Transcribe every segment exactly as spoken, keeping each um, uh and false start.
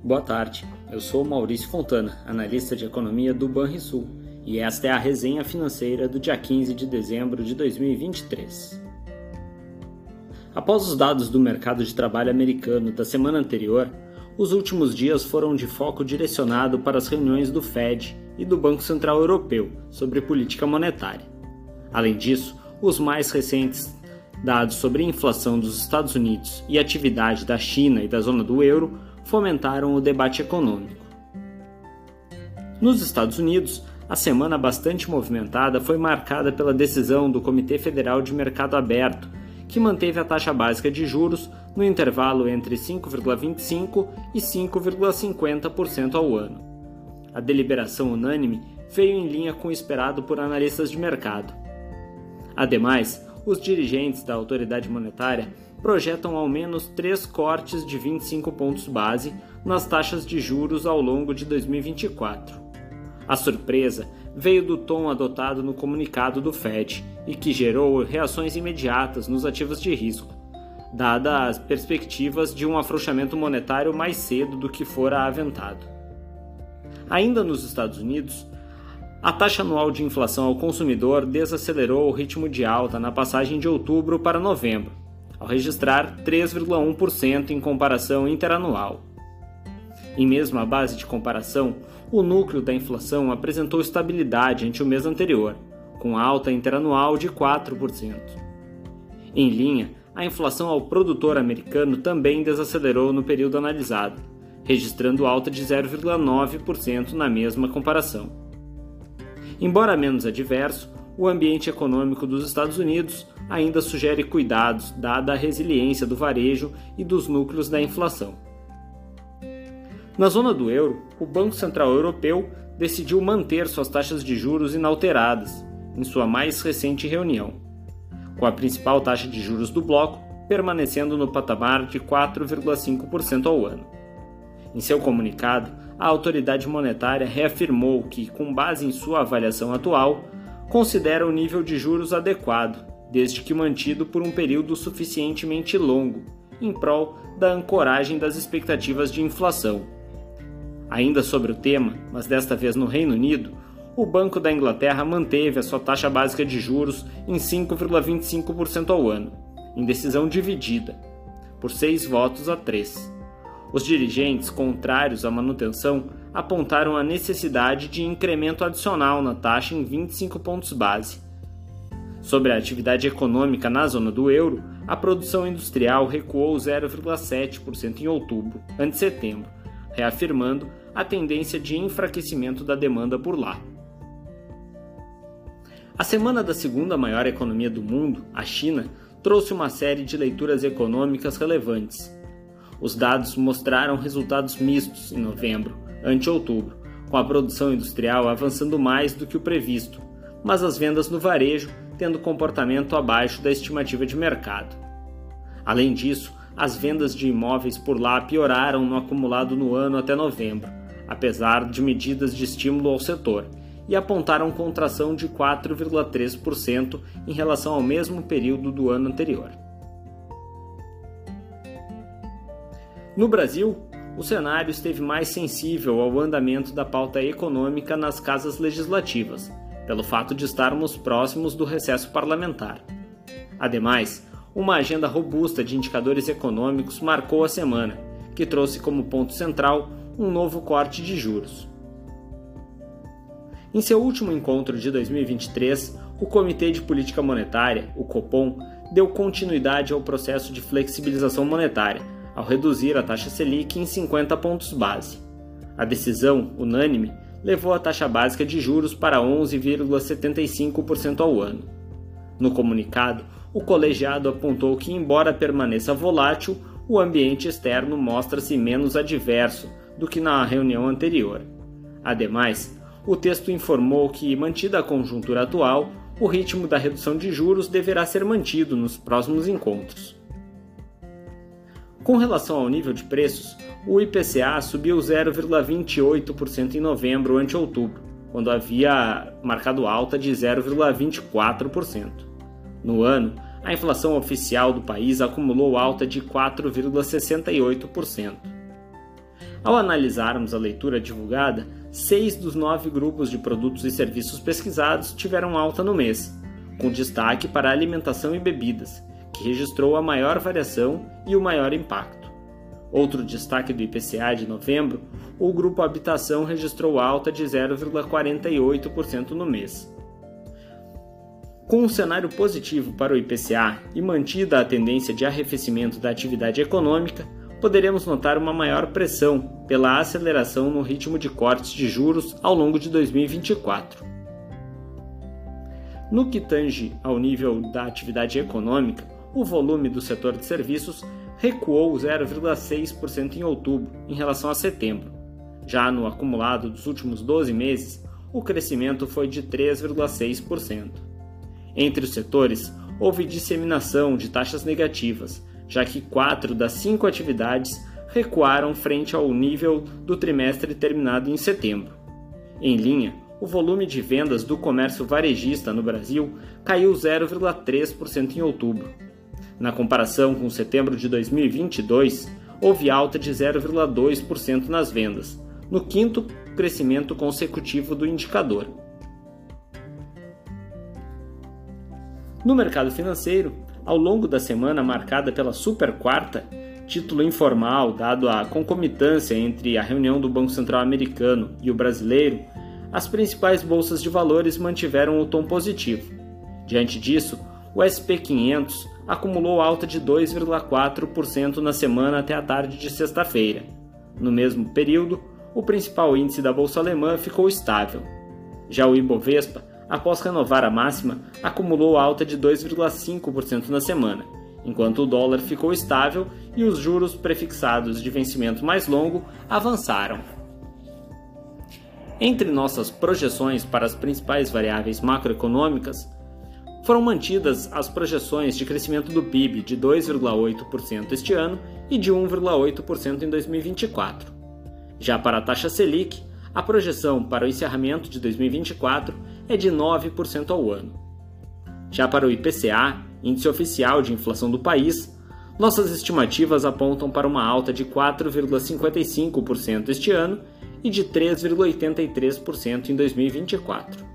Boa tarde, eu sou Maurício Fontana, analista de economia do Banrisul, e esta é a resenha financeira do dia quinze de dezembro de dois mil e vinte e três. Após os dados do mercado de trabalho americano da semana anterior, os últimos dias foram de foco direcionado para as reuniões do Fed e do Banco Central Europeu sobre política monetária. Além disso, os mais recentes dados sobre a inflação dos Estados Unidos e a atividade da China e da zona do euro fomentaram o debate econômico. Nos Estados Unidos, a semana bastante movimentada foi marcada pela decisão do Comitê Federal de Mercado Aberto, que manteve a taxa básica de juros no intervalo entre cinco vírgula vinte e cinco por cento e cinco vírgula cinquenta por cento ao ano. A deliberação unânime veio em linha com o esperado por analistas de mercado. Ademais, os dirigentes da autoridade monetária projetam ao menos três cortes de vinte e cinco pontos base nas taxas de juros ao longo de dois mil e vinte e quatro. A surpresa veio do tom adotado no comunicado do Fed e que gerou reações imediatas nos ativos de risco, dadas as perspectivas de um afrouxamento monetário mais cedo do que fora aventado. Ainda nos Estados Unidos, a taxa anual de inflação ao consumidor desacelerou o ritmo de alta na passagem de outubro para novembro, ao registrar três vírgula um por cento em comparação interanual. Em mesma base de comparação, o núcleo da inflação apresentou estabilidade ante o mês anterior, com alta interanual de quatro por cento. Em linha, a inflação ao produtor americano também desacelerou no período analisado, registrando alta de zero vírgula nove por cento na mesma comparação. Embora menos adverso, o ambiente econômico dos Estados Unidos ainda sugere cuidados, dada a resiliência do varejo e dos núcleos da inflação. Na zona do euro, o Banco Central Europeu decidiu manter suas taxas de juros inalteradas em sua mais recente reunião, com a principal taxa de juros do bloco permanecendo no patamar de quatro vírgula cinco por cento ao ano. Em seu comunicado, a autoridade monetária reafirmou que, com base em sua avaliação atual, considera o nível de juros adequado, desde que mantido por um período suficientemente longo, em prol da ancoragem das expectativas de inflação. Ainda sobre o tema, mas desta vez no Reino Unido, o Banco da Inglaterra manteve a sua taxa básica de juros em cinco vírgula vinte e cinco por cento ao ano, em decisão dividida, por seis votos a três. Os dirigentes contrários à manutenção apontaram a necessidade de incremento adicional na taxa em vinte e cinco pontos base. Sobre a atividade econômica na zona do euro, a produção industrial recuou zero vírgula sete por cento em outubro, ante setembro, reafirmando a tendência de enfraquecimento da demanda por lá. A semana da segunda maior economia do mundo, a China, trouxe uma série de leituras econômicas relevantes. Os dados mostraram resultados mistos em novembro, ante outubro, com a produção industrial avançando mais do que o previsto, mas as vendas no varejo tendo comportamento abaixo da estimativa de mercado. Além disso, as vendas de imóveis por lá pioraram no acumulado no ano até novembro, apesar de medidas de estímulo ao setor, e apontaram contração de quatro vírgula três por cento em relação ao mesmo período do ano anterior. No Brasil, o cenário esteve mais sensível ao andamento da pauta econômica nas casas legislativas, pelo fato de estarmos próximos do recesso parlamentar. Ademais, uma agenda robusta de indicadores econômicos marcou a semana, que trouxe como ponto central um novo corte de juros. Em seu último encontro de dois mil e vinte e três, o Comitê de Política Monetária, o Copom, deu continuidade ao processo de flexibilização monetária, ao reduzir a taxa Selic em cinquenta pontos base. A decisão, unânime, levou a taxa básica de juros para onze vírgula setenta e cinco por cento ao ano. No comunicado, o colegiado apontou que, embora permaneça volátil, o ambiente externo mostra-se menos adverso do que na reunião anterior. Ademais, o texto informou que, mantida a conjuntura atual, o ritmo da redução de juros deverá ser mantido nos próximos encontros. Com relação ao nível de preços, o I P C A subiu zero vírgula vinte e oito por cento em novembro ante outubro, quando havia marcado alta de zero vírgula vinte e quatro por cento. No ano, a inflação oficial do país acumulou alta de quatro vírgula sessenta e oito por cento. Ao analisarmos a leitura divulgada, seis dos nove grupos de produtos e serviços pesquisados tiveram alta no mês, com destaque para a alimentação e bebidas, que registrou a maior variação e o maior impacto. Outro destaque do I P C A de novembro, o grupo habitação registrou alta de zero vírgula quarenta e oito por cento no mês. Com um cenário positivo para o I P C A e mantida a tendência de arrefecimento da atividade econômica, poderemos notar uma maior pressão pela aceleração no ritmo de cortes de juros ao longo de dois mil e vinte e quatro. No que tange ao nível da atividade econômica, o volume do setor de serviços recuou zero vírgula seis por cento em outubro em relação a setembro. Já no acumulado dos últimos doze meses, o crescimento foi de três vírgula seis por cento. Entre os setores, houve disseminação de taxas negativas, já que quatro das cinco atividades recuaram frente ao nível do trimestre terminado em setembro. Em linha, o volume de vendas do comércio varejista no Brasil caiu zero vírgula três por cento em outubro. Na comparação com setembro de dois mil e vinte e dois, houve alta de zero vírgula dois por cento nas vendas, no quinto crescimento consecutivo do indicador. No mercado financeiro, ao longo da semana marcada pela Super Quarta, título informal dado à concomitância entre a reunião do Banco Central americano e o brasileiro, as principais bolsas de valores mantiveram o tom positivo. Diante disso, o S and P quinhentos acumulou alta de dois vírgula quatro por cento na semana até a tarde de sexta-feira. No mesmo período, o principal índice da bolsa alemã ficou estável. Já o Ibovespa, após renovar a máxima, acumulou alta de dois vírgula cinco por cento na semana, enquanto o dólar ficou estável e os juros prefixados de vencimento mais longo avançaram. Entre nossas projeções para as principais variáveis macroeconômicas, foram mantidas as projeções de crescimento do P I B de dois vírgula oito por cento este ano e de um vírgula oito por cento em dois mil e vinte e quatro. Já para a taxa Selic, a projeção para o encerramento de dois mil e vinte e quatro é de nove por cento ao ano. Já para o I P C A, índice oficial de inflação do país, nossas estimativas apontam para uma alta de quatro vírgula cinquenta e cinco por cento este ano e de três vírgula oitenta e três por cento em dois mil e vinte e quatro.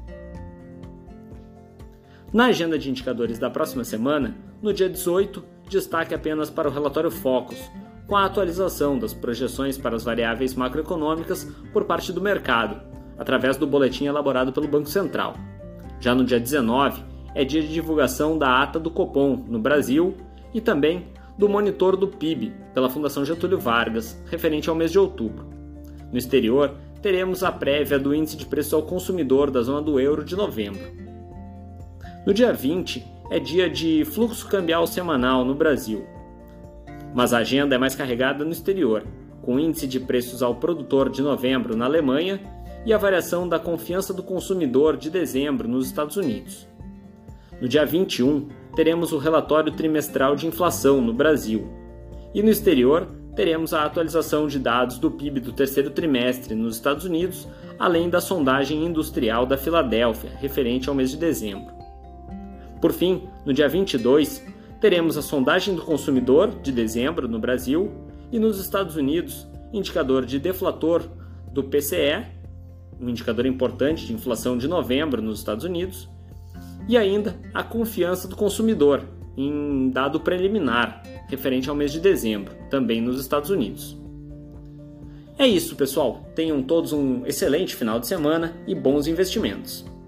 Na agenda de indicadores da próxima semana, no dia dezoito, destaque apenas para o relatório Focus, com a atualização das projeções para as variáveis macroeconômicas por parte do mercado, através do boletim elaborado pelo Banco Central. Já no dia dezenove, é dia de divulgação da ata do Copom no Brasil e também do monitor do P I B pela Fundação Getúlio Vargas, referente ao mês de outubro. No exterior, teremos a prévia do índice de preço ao consumidor da zona do euro de novembro. No dia vinte, é dia de fluxo cambial semanal no Brasil, mas a agenda é mais carregada no exterior, com o índice de preços ao produtor de novembro na Alemanha e a variação da confiança do consumidor de dezembro nos Estados Unidos. No dia vinte e um, teremos o relatório trimestral de inflação no Brasil. E no exterior, teremos a atualização de dados do P I B do terceiro trimestre nos Estados Unidos, além da sondagem industrial da Filadélfia, referente ao mês de dezembro. Por fim, no dia vinte e dois, teremos a sondagem do consumidor de dezembro no Brasil e nos Estados Unidos, indicador de deflator do P C E, um indicador importante de inflação de novembro nos Estados Unidos, e ainda a confiança do consumidor, em dado preliminar, referente ao mês de dezembro, também nos Estados Unidos. É isso, pessoal. Tenham todos um excelente final de semana e bons investimentos.